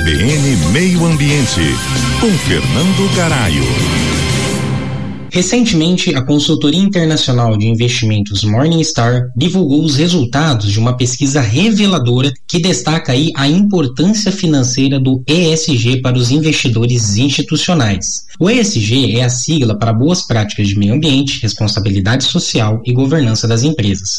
CBN Meio Ambiente, com Fernando Garaio. Recentemente, a consultoria internacional de investimentos Morningstar divulgou os resultados de uma pesquisa reveladora que destaca aí a importância financeira do ESG para os investidores institucionais. O ESG é a sigla para Boas Práticas de Meio Ambiente, Responsabilidade Social e Governança das Empresas.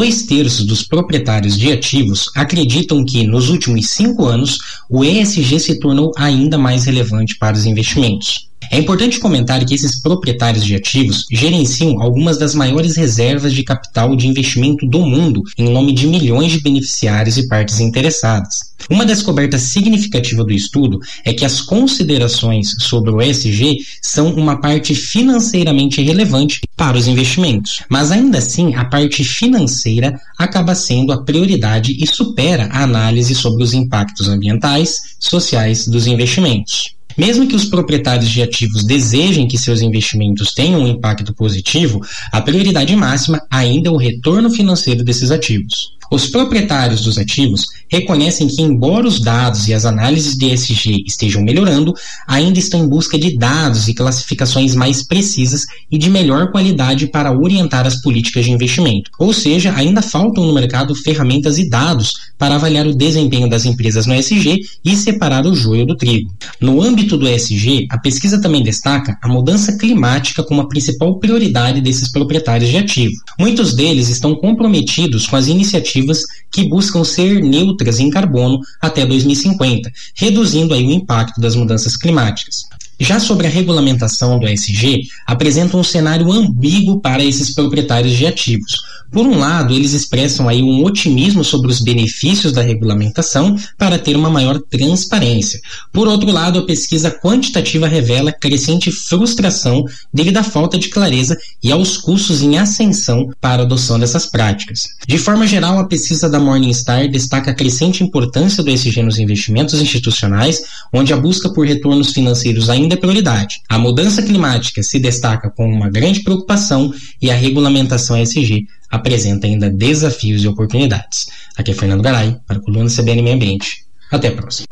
2/3 dos proprietários de ativos acreditam que, nos últimos 5 anos, o ESG se tornou ainda mais relevante para os investimentos. É importante comentar que esses proprietários de ativos gerenciam algumas das maiores reservas de capital de investimento do mundo em nome de milhões de beneficiários e partes interessadas. Uma descoberta significativa do estudo é que as considerações sobre o ESG são uma parte financeiramente relevante para os investimentos, mas ainda assim a parte financeira acaba sendo a prioridade e supera a análise sobre os impactos ambientais, sociais dos investimentos. Mesmo que os proprietários de ativos desejem que seus investimentos tenham um impacto positivo, a prioridade máxima ainda é o retorno financeiro desses ativos. Os proprietários dos ativos reconhecem que, embora os dados e as análises de ESG estejam melhorando, ainda estão em busca de dados e classificações mais precisas e de melhor qualidade para orientar as políticas de investimento. Ou seja, ainda faltam no mercado ferramentas e dados para avaliar o desempenho das empresas no ESG e separar o joio do trigo. No âmbito do ESG, a pesquisa também destaca a mudança climática como a principal prioridade desses proprietários de ativo. Muitos deles estão comprometidos com as iniciativas que buscam ser neutras em carbono até 2050, reduzindo aí o impacto das mudanças climáticas. Já sobre a regulamentação do ESG, apresenta um cenário ambíguo para esses proprietários de ativos. Por um lado, eles expressam aí um otimismo sobre os benefícios da regulamentação para ter uma maior transparência. Por outro lado, a pesquisa quantitativa revela crescente frustração devido à falta de clareza e aos custos em ascensão para a adoção dessas práticas. De forma geral, a pesquisa da Morningstar destaca a crescente importância do ESG nos investimentos institucionais, onde a busca por retornos financeiros ainda é prioridade. A mudança climática se destaca como uma grande preocupação e a regulamentação ESG apresenta ainda desafios e oportunidades. Aqui é Fernando Garay, para a coluna CBN Meio Ambiente. Até a próxima.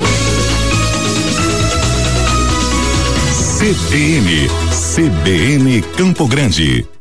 CBN Campo Grande.